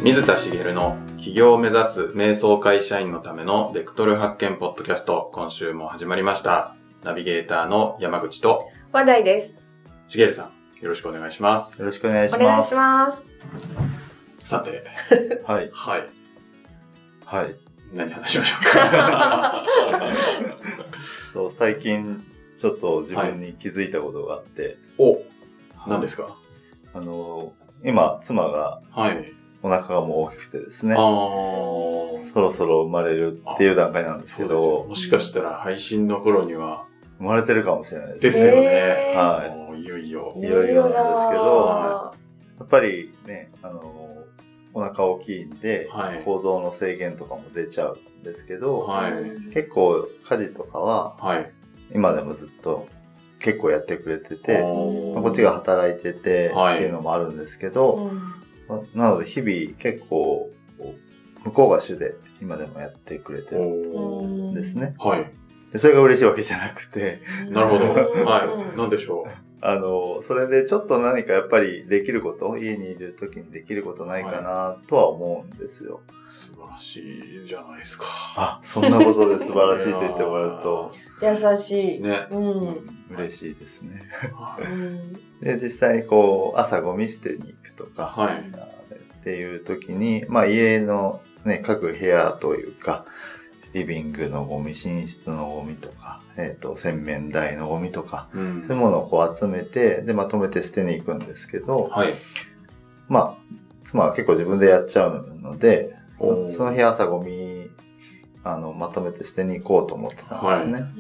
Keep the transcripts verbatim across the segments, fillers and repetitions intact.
水田茂の起業を目指す瞑想会社員のためのベクトル発見ポッドキャスト、今週も始まりました。ナビゲーターの山口と話題です。 茂さん、よろしくお願いします。 よろしくお願いします。 お願いします。 さて、 はいはいはい何話しましょうか。 そう最近ちょっと自分に気づいたことがあって、 はい、お、何ですか？ あの今妻がお腹がもう大きくてですね、 はい、 あそろそろ生まれるっていう段階なんですけど、 もしかしたら配信の頃には生まれてるかもしれないですね。 ですよね。 はい。 いよいよいよいよなんですけど、やっぱりね、あのお腹大きいんで、はい、行動の制限とかも出ちゃうんですけど、はい、結構家事とかは、はい、今でもずっと結構やってくれてて、こっちが働いててっていうのもあるんですけど、はい、なので日々結構向こうが主で今でもやってくれてるんですね。はい。でそれが嬉しいわけじゃなくて。 なるほど。はい。なんでしょう。 あの、それでちょっと何かやっぱりできること、家にいる時にできることないかなとは思うんですよ。 素晴らしいじゃないですか。 あ、そんなことで素晴らしいって言ってもらうと。 優しい。 ね。 うん。嬉しいですね。で、実際にこう、朝ゴミ捨てに行くとか、はい、っていう時に、まあ家のね、各部屋というか、リビングのゴミ、寝室のゴミとか、えっと、洗面台のゴミとか、うん、そういうものをこう集めて、で、まとめて捨てに行くんですけど、はい、まあ、妻は結構自分でやっちゃうので、そ, その日朝ゴミ、あの、まとめて捨てに行こうと思ってたんですね。はい、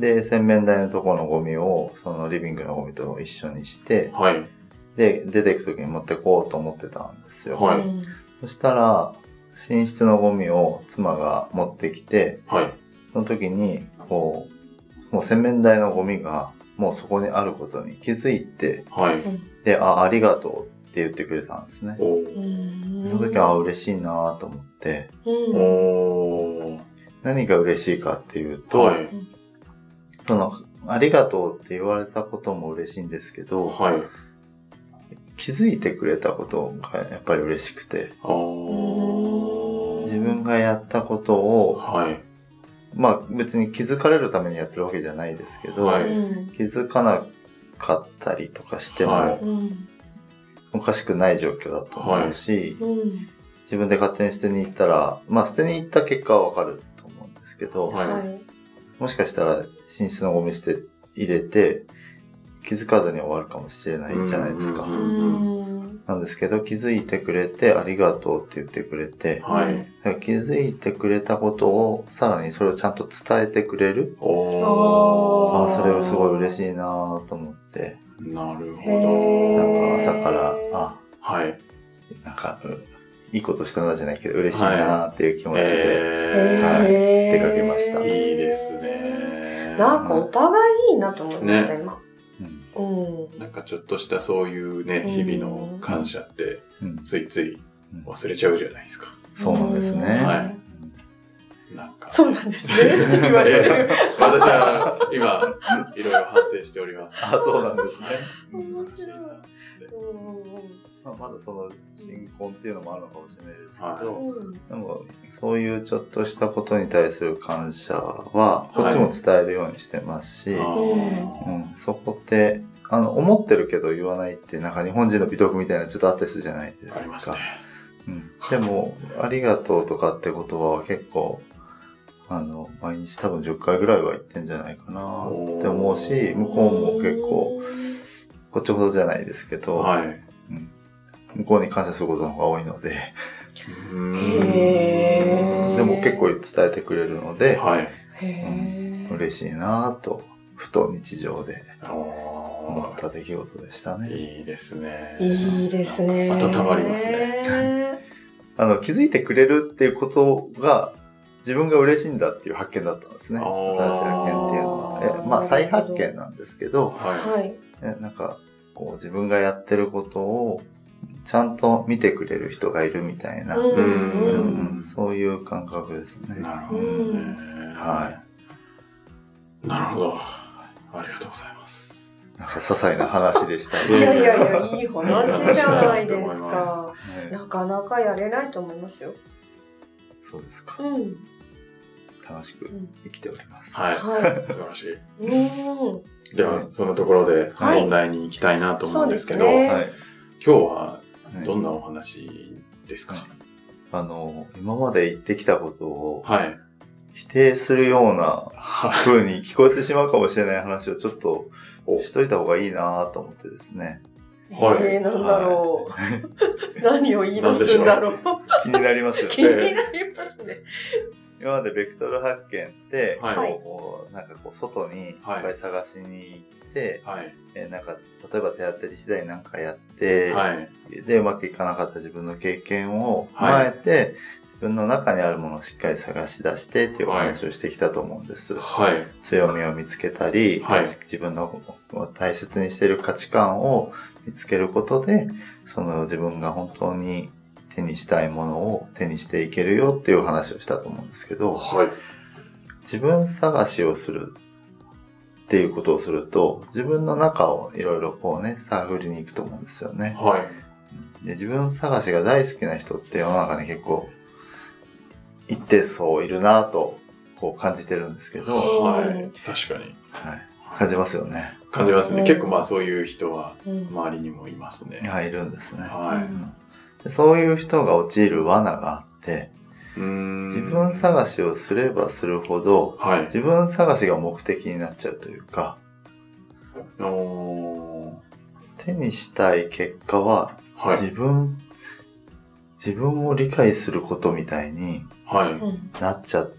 で、洗面台のところのゴミを、そのリビングのゴミと一緒にして、はい、で、出ていくときに持ってこうと思ってたんですよ。はい、そしたら、寝室のゴミを妻が持ってきて、はい、その時に、こう、もう洗面台のゴミがもうそこにあることに気づいて、はい、で、あ、ありがとうって言ってくれたんですね。おその時は、あ、嬉しいなと思って、お何が嬉しいかっていうと、はい、その、ありがとうって言われたことも嬉しいんですけど、はい、気づいてくれたことがやっぱり嬉しくて、自分がやったことを、はい、まあ別に気づかれるためにやってるわけじゃないですけど、はい、気づかなかったりとかしても、はい、おかしくない状況だと思うし、はい、自分で勝手に捨てに行ったら、まあ捨てに行った結果はわかると思うんですけど、はい、もしかしたら寝室のゴミ捨て入れて気づかずに終わるかもしれないじゃないですか。なんですけど、気づいてくれてありがとうって言ってくれて、はい、気づいてくれたことをさらにそれをちゃんと伝えてくれる。おあ、それはすごい嬉しいなと思って。 なるほど。 なんか朝からあ、はい、なんかいいことしたなじゃないけど嬉しいなっていう気持ちで、はいはい、出かけました。 いいですね。 なんかお互いいいなと思いました、ね、今。 うん、なんかちょっとしたそういうね、日々の感謝ってついつい忘れちゃうじゃないですか。 うん、そうなんですね。はい。 なんかそうなんですね。言われてる。 私は今いろいろ反省しております。 あ、そうなんですね。 難しいなって。 まあ、まだその新婚っていうのもあるのかもしれないですけど、はい、でもそういうちょっとしたことに対する感謝はこっちも伝えるようにしてますし、はいうん、そこってあの思ってるけど言わないってなんか日本人の美徳みたいなちょっとあったりするじゃないですか。 ありますね。 うん、でもありがとうとかって言葉は結構あの毎日多分じゅっかいぐらいは言ってんじゃないかなって思うし、向こうも結構こっちほどじゃないですけど、はいうん、向こうに感謝することの方が多いのでうーんでも結構伝えてくれるので、はいうん、嬉しいなとふと日常で思った出来事でしたね。 いいですね。 いいですね。 温まりますね。 あの気づいてくれるっていうことが自分が嬉しいんだっていう発見だったんですね。新しい発見っていうのは、えまあ再発見なんですけど、はい、えなんかこう自分がやってることをちゃんと見てくれる人がいるみたいな、うんうん、そういう感覚ですね。 なるほどね。 はい。 なるほど。ありがとうございます。 なんか些細な話でした。 いやいやいや、いい話じゃないですか。 はい、 なかなかやれないと思いますよ。 そうですか。 うん。 楽しく生きております。 はい。はい、素晴らしい。 うん。 では、そのところで本題に行きたいなと思うんですけど、はいね、今日はどんなお話ですか？はい、 あの、今まで言ってきたことを、はい否定するような風に聞こえてしまうかもしれない話をちょっとしといた方がいいなと思ってですね。 はい。えー、なんだろう。はい、何を言い出すんだろう。 気になりますよね。 気になりますね。 今までベクトル発見って、 はい、 こうなんかこう外にいっぱい探しに行って、はい、えー、なんか例えば手当たり次第なんかやって、はい、でうまくいかなかった自分の経験を踏まえて、はい、自分の中にあるものをしっかり探し出してっていうお話をしてきたと思うんです。はい、強みを見つけたり、はい、自分の大切にしている価値観を見つけることで、その自分が本当に手にしたいものを手にしていけるよっていう話をしたと思うんですけど、はい、自分探しをするっていうことをすると、自分の中をいろいろこうね、探りに行くと思うんですよね。はい、で自分探しが大好きな人って世の中に結構一定数いるなとこう感じてるんですけど、 はい、確かに、 はい、感じますよね。 感じますね。結構まあそういう人は周りにもいますね。 はい、いるんですね。 はい。 でそういう人が陥る罠があって、うーん自分探しをすればするほど、はい、自分探しが目的になっちゃうというか、お手にしたい結果は、はい、自分自分を理解することみたいになっちゃって、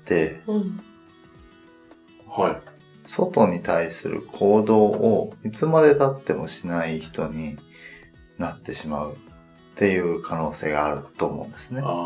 はいうんはい、外に対する行動をいつまで経ってもしない人になってしまうっていう可能性があると思うんですね。ああ、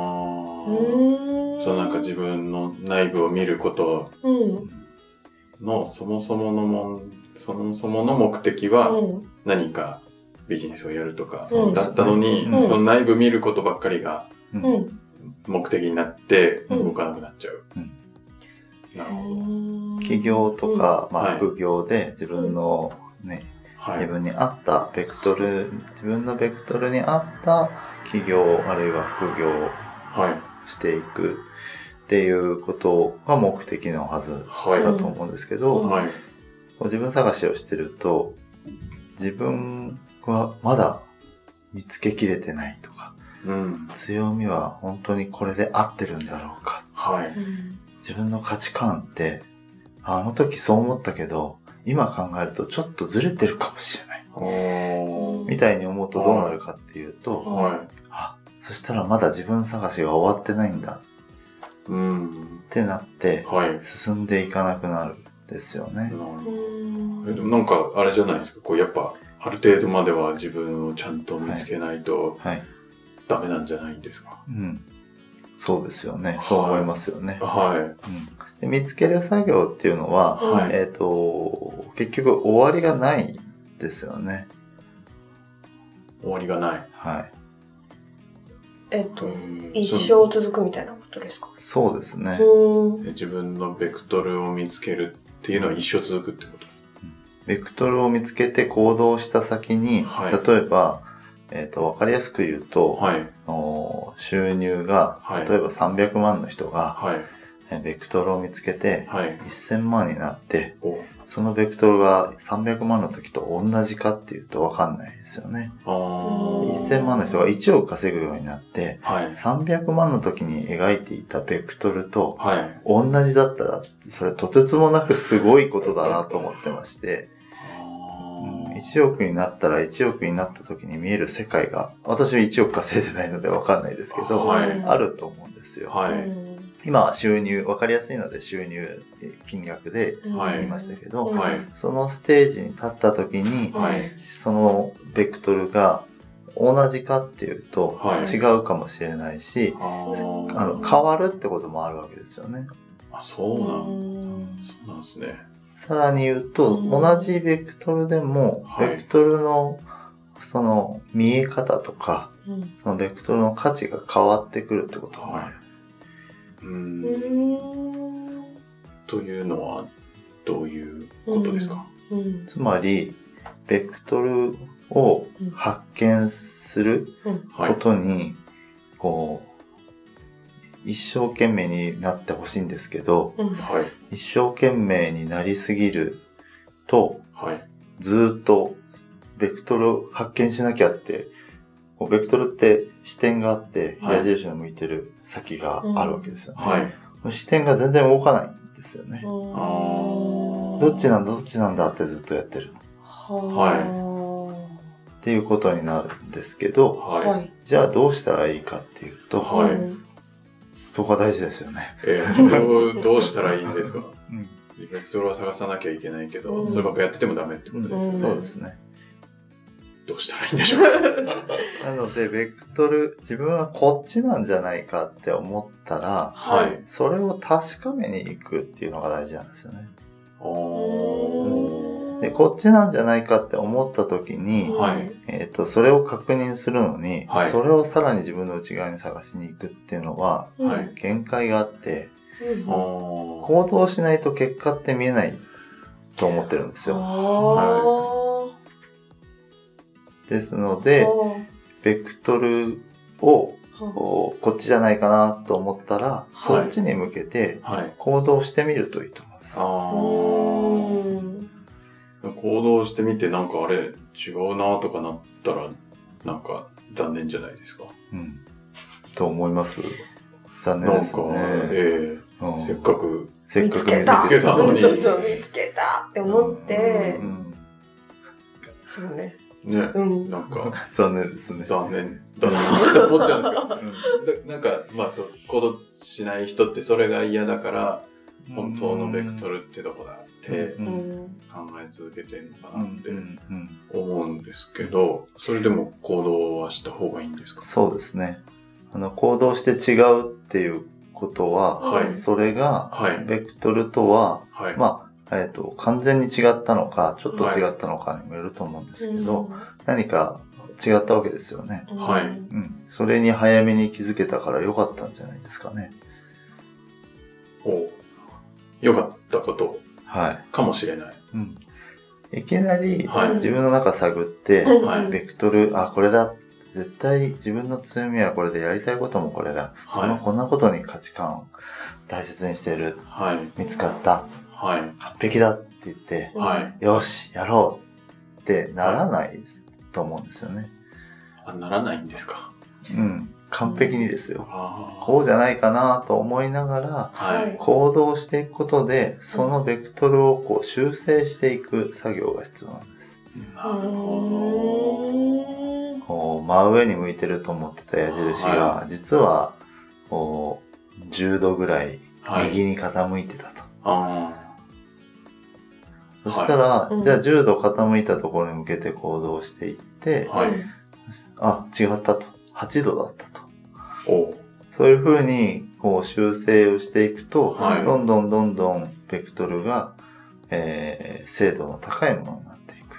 そうなんか自分の内部を見ることのそもそものもそもそもの目的は何かビジネスをやるとかだったのに、うん、その内部見ることばっかりが目的になって動かなくなっちゃう。うんうん、なるほど。 起業とか、まあ、副業で自分のね、はい、自分に合ったベクトル、自分のベクトルに合った起業あるいは副業をしていくっていうことが目的のはずだと思うんですけど、はいはい、自分探しをしてると自分はまだ見つけきれてないとか、うん、強みは本当にこれで合ってるんだろうか、はい、自分の価値観ってあの時そう思ったけど今考えるとちょっとずれてるかもしれないみたいに思うとどうなるかっていうと、はい、あ、そしたらまだ自分探しが終わってないんだ、うん、ってなって進んでいかなくなるんですよね。 でもなんかあれじゃないですか、こうやっぱある程度までは自分をちゃんと見つけないとダメなんじゃないんですか。 はいはい、うん、そうですよね。そう思いますよね。 はい。はい、 うんで見つける作業っていうのは、はい、えっと、結局終わりがないですよね。 終わりがない。 はい。 えっと、一生続くみたいなことですか？ そうですね。 自分のベクトルを見つけるっていうのは一生続くってこと？ ベクトルを見つけて行動した先に、はい、例えば、えっと、わかりやすく言うと、はい、収入が、例えばさんびゃくまんの人が、はいベクトルを見つけてせんまんになって、はい、そのベクトルがさんびゃくまんの時と同じかっていうと分かんないですよね。せんまんの人がいちおく稼ぐようになって、はい、さんびゃくまんの時に描いていたベクトルと同じだったらそれとてつもなくすごいことだなと思ってまして、うん、いちおくになったらいちおくになった時に見える世界が私はいちおく稼いでないので分かんないですけど、はい、あると思うんですよ。はい今は収入、わかりやすいので収入金額で言いましたけど、はい、そのステージに立った時に、はい、そのベクトルが同じかっていうと違うかもしれないし、はい、あの変わるってこともあるわけですよね。 あ、そうなんそうなんですね。 さらに言うと、同じベクトルでも、ベクトルのその見え方とか、はい、そのベクトルの価値が変わってくるってことがある。はいうーんというのはどういうことですか？ うん、 つまりベクトルを発見することにこう一生懸命になってほしいんですけど、 うん、 一生懸命になりすぎると、 はい、 ずっとベクトルを発見しなきゃってこうベクトルって視点があって矢印の向いてる先があるわけですよね、 はい、 視点が全然動かないんですよね。 あどっちなんだどっちなんだってずっとやってる。 はい。 っていうことになるんですけど、 はい、 じゃあどうしたらいいかっていうと、 はい、 そこが大事ですよね。 えー、どう、どうしたらいいんですか？ うん、 ベクトルは探さなきゃいけないけど、うん、そればっかやっててもダメってことですよね。うん、 そうですね。 どうしたらいいんでしょうか？ なので、ベクトル、自分はこっちなんじゃないかって思ったら、 はい、 それを確かめに行くっていうのが大事なんですよね。 おー、 で、こっちなんじゃないかって思った時に、 はい、 えっと、それを確認するのに、 はい、 それをさらに自分の内側に探しに行くっていうのは、 はい、 限界があって、 うん、 行動しないと結果って見えないと思ってるんですよ。はい、ですので、ベクトルをこっちじゃないかなと思ったら、そっちに向けて行動してみるといいと思います。 あ、行動してみてなんかあれ違うなとかなったらなんか残念じゃないですか。 うん。と思います。残念ですね。なんか、 ええーうん、せっかくせっかく見つけたのに、 そうそう見つけたって思って、うん、そうね。 ね、うん、なんか残念ですね。 残念だなって思っちゃうんですけど、うん、なんかまあそう行動しない人ってそれが嫌だから本当のベクトルってどこだって考え続けてるのかなって思うんですけど、それでも行動はした方がいいんですか？ そうですね。あの行動して違うっていうことは、はい、それがベクトルとは、はい、まあえっと、完全に違ったのか、ちょっと違ったのかにもよると思うんですけど、はい、何か違ったわけですよね。 はい。うん。それに早めに気づけたから良かったんじゃないですかね。 お、良かったことかもしれない。 はい。うん。いきなり自分の中探って、はい、ベクトル、あ、これだ。絶対自分の強みはこれでやりたいこともこれだ。はい、こんなことに価値観を大切にしてる。はい、見つかった。はい、完璧だって言って、はい、よし、やろうってならないと思うんですよね。 あ、ならないんですか？ うん。完璧にですよ。こうじゃないかなと思いながら、はい、行動していくことで、そのベクトルをこう修正していく作業が必要なんです。 なるほど。こう真上に向いてると思ってた矢印が、はい、実はこうじゅうどぐらい右に傾いてたと。はい、そしたら、はい、じゃあじゅうど傾いたところに向けて行動していって、はい、あ、違ったと。はちどだったと。おそういう風にこう修正をしていくと、はい、どんどんどんどんベクトルが、えー、精度の高いものになっていく。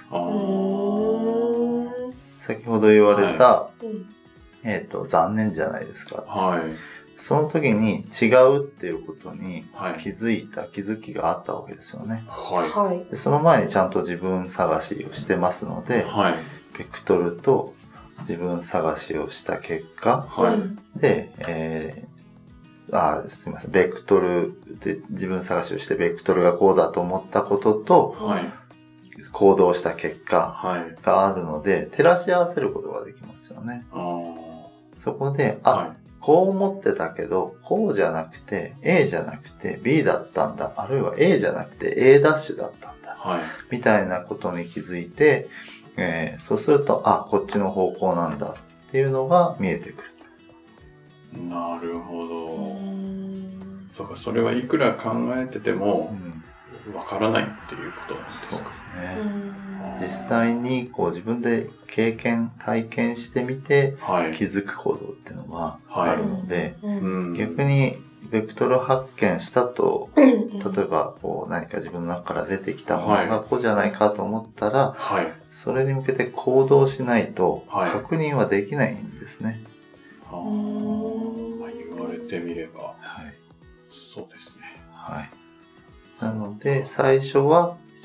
先ほど言われた、はいえーと、残念じゃないですか。はい、その時に違うっていうことに気づいた、はい、気づきがあったわけですよね。はい、でその前にちゃんと自分探しをしてますので、はい、ベクトルと自分探しをした結果、はい、で、えー、あ、すみません、ベクトルで自分探しをしてベクトルがこうだと思ったことと、はい、行動した結果があるので、照らし合わせることができますよね。そこで、あ、はい、こう思ってたけど、こうじゃなくて A じゃなくて B だったんだ、あるいは A じゃなくて A ダッシュだったんだ、はい、みたいなことに気づいて、えー、そうすると、あ、こっちの方向なんだっていうのが見えてくる。 なるほど。そうか、それはいくら考えてても、わからないっていうことなんですか？ そうですね。実際にこう自分で経験、体験してみて、はい、気づく行動っていうのはあるので、はいうん、逆にベクトル発見したと、例えばこう何か自分の中から出てきたものがこうじゃないかと思ったら、はい、それに向けて行動しないと確認はできないんですね。 はい、あ、言われてみれば、はい、そうですね。 はい。なので最初はち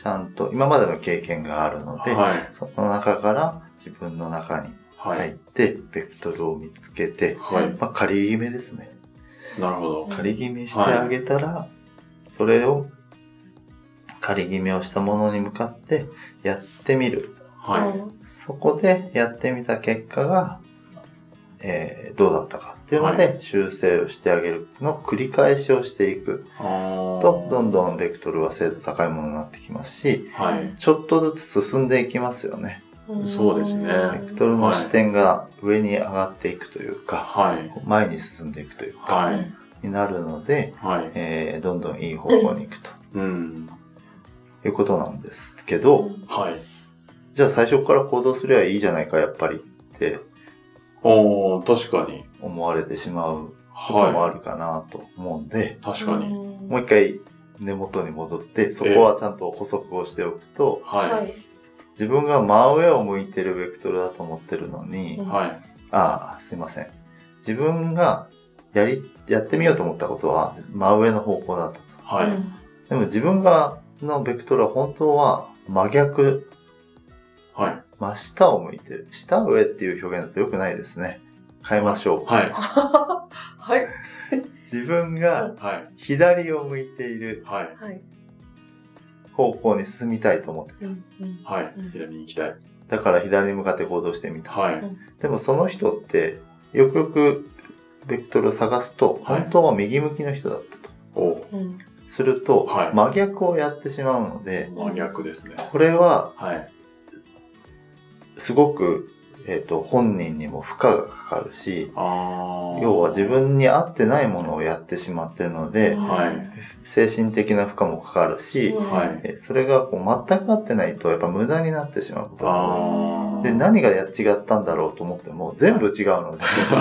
ちゃんと今までの経験があるので、はい、その中から自分の中に入って、はい、ベクトルを見つけて、はい、まあ、仮決めですね。 なるほど。 仮決めしてあげたら、はい、それを仮決めをしたものに向かってやってみる。はい、そこでやってみた結果が、えー、どうだったかっていうので修正をしてあげるの繰り返しをしていくと、どんどんベクトルは精度高いものになってきますし、はい、ちょっとずつ進んでいきますよね。 そうですね。 ベクトルの視点が上に上がっていくというか、はい、前に進んでいくというか、はい、になるので、はい、えー、どんどんいい方向に行くと、うん、いうことなんですけど、はい、じゃあ最初から行動すればいいじゃないか、やっぱりってお確かに思われてしまうこともあるかなと思うんで、 はい、確かにもう一回根元に戻ってそこはちゃんと補足をしておくと、はい、自分が真上を向いてるベクトルだと思ってるのに、はい、ああすいません、自分がやりやってみようと思ったことは真上の方向だったと、はい、でも自分がのベクトルは本当は真逆、はい、真下を向いてる。下上っていう表現だと良くないですね。変えましょう。はい。はい。自分が左を向いている方向に進みたいと思ってた。 はい。左に行きたい。 だから左に向かって行動してみた。はい。でもその人ってよくよくベクトルを探すと、本当は右向きの人だったと。はい、すると、はい、真逆をやってしまうので、 真逆ですね。 これは、はいすごく、えっと、本人にも負荷がかかるし、要は自分に合ってないものをやってしまっているので、はい、精神的な負荷もかかるし、はい、それがこう全く合ってないとやっぱ無駄になってしまうことが多い。で、何がや違ったんだろうと思っても全部違うので、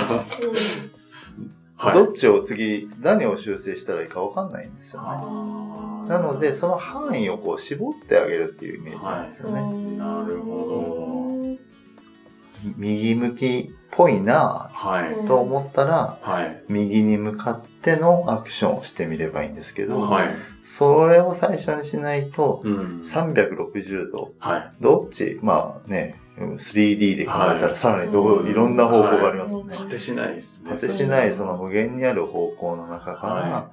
はい、どっちを次何を修正したらいいか分かんないんですよね。なのでその範囲をこう絞ってあげるっていうイメージなんですよね。はい、 なるほど。 右向きっぽいなと思ったら、はい、右に向かってのアクションをしてみればいいんですけど、はい、それを最初にしないと、うん、さんびゃくろくじゅうど、はい、どっちまあね スリーディー で考えたらさらにどう、はい、いろんな方向がありますね、はい、 果てしないですね。 果てしないその無限にある方向の中から、はい、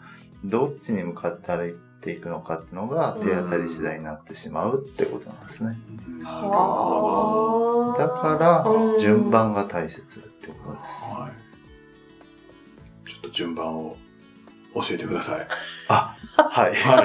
どっちに向かって歩いていくのかっていうのが手当たり次第になってしまうってことなんですね。なるほど。だから順番が大切ってことです。はい。 ちょっと順番を教えてください。 あ、はい。はい。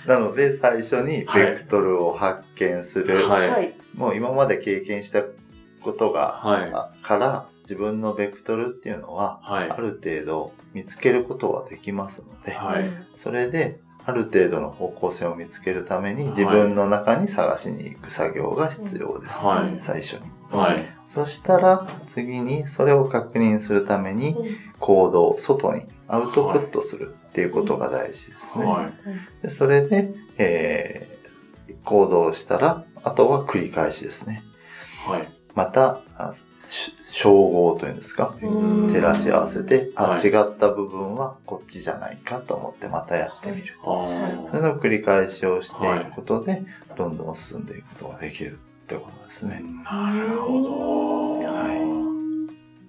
なので最初にベクトルを発見する。はい。もう今まで経験したことが、はい、から自分のベクトルっていうのは、はい、ある程度見つけることはできますので、はい、それである程度の方向性を見つけるために自分の中に探しに行く作業が必要です、ね、はい、最初に、はい、そしたら次にそれを確認するために行動、外にアウトプットするっていうことが大事ですね、はい、でそれで、えー、行動したらあとは繰り返しですね、はい、また照合というんですか、照らし合わせて、あ、はい、違った部分はこっちじゃないかと思ってまたやってみる。はい、それの繰り返しをしていくことで、はい、どんどん進んでいくことができるってことですね。 なるほど。はい。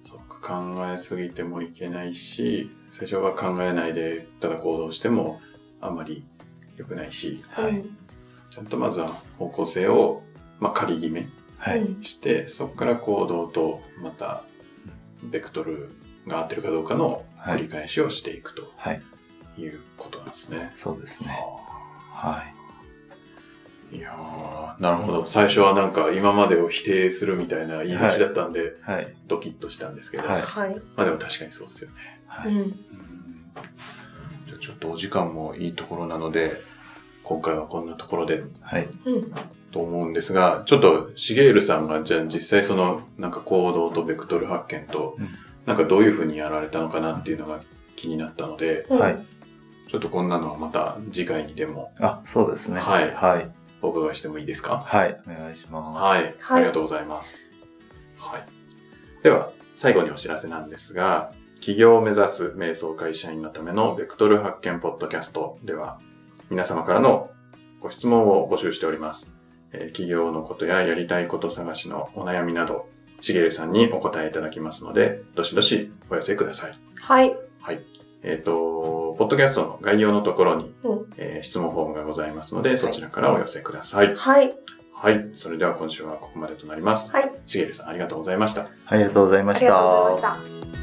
そっか、考えすぎてもいけないし、最初は考えないでただ行動してもあんまり良くないし、はい、ちゃんとまずは方向性を、まあ、仮決め。はい、してそこから行動とまたベクトルが合ってるかどうかの繰り返しをしていくということなんですね。はい、 そうですね。はい。いやー、なるほど。最初はなんか今までを否定するみたいな言い出しだったんで、はいはい、ドキッとしたんですけど、はい、まあでも確かにそうですよね。はい、うん、じゃあちょっとお時間もいいところなので今回はこんなところで。はい。うんと思うんですが、ちょっとシゲールさんがじゃあ実際そのなんか行動とベクトル発見と、うん、なんかどういうふうにやられたのかなっていうのが気になったので、はい、ちょっとこんなのはまた次回にでも、 あ、そうですね。 はい、はい、お伺いしてもいいですか？ はい、お願いします。 はい、ありがとうございます。はい。では最後にお知らせなんですが、起業を目指す瞑想会社員のためのベクトル発見ポッドキャストでは皆様からのご質問を募集しております。えー、企業のことややりたいこと探しのお悩みなど、しげるさんにお答えいただきますので、どしどしお寄せください。 はい。 はい。えっ、ー、と、ポッドキャストの概要のところに、うん、えー、質問フォームがございますので、そちらからお寄せください。 はい。 はい。それでは今週はここまでとなります。 はい。 しげるさん、ありがとうございました。 ありがとうございました。 ありがとうございました。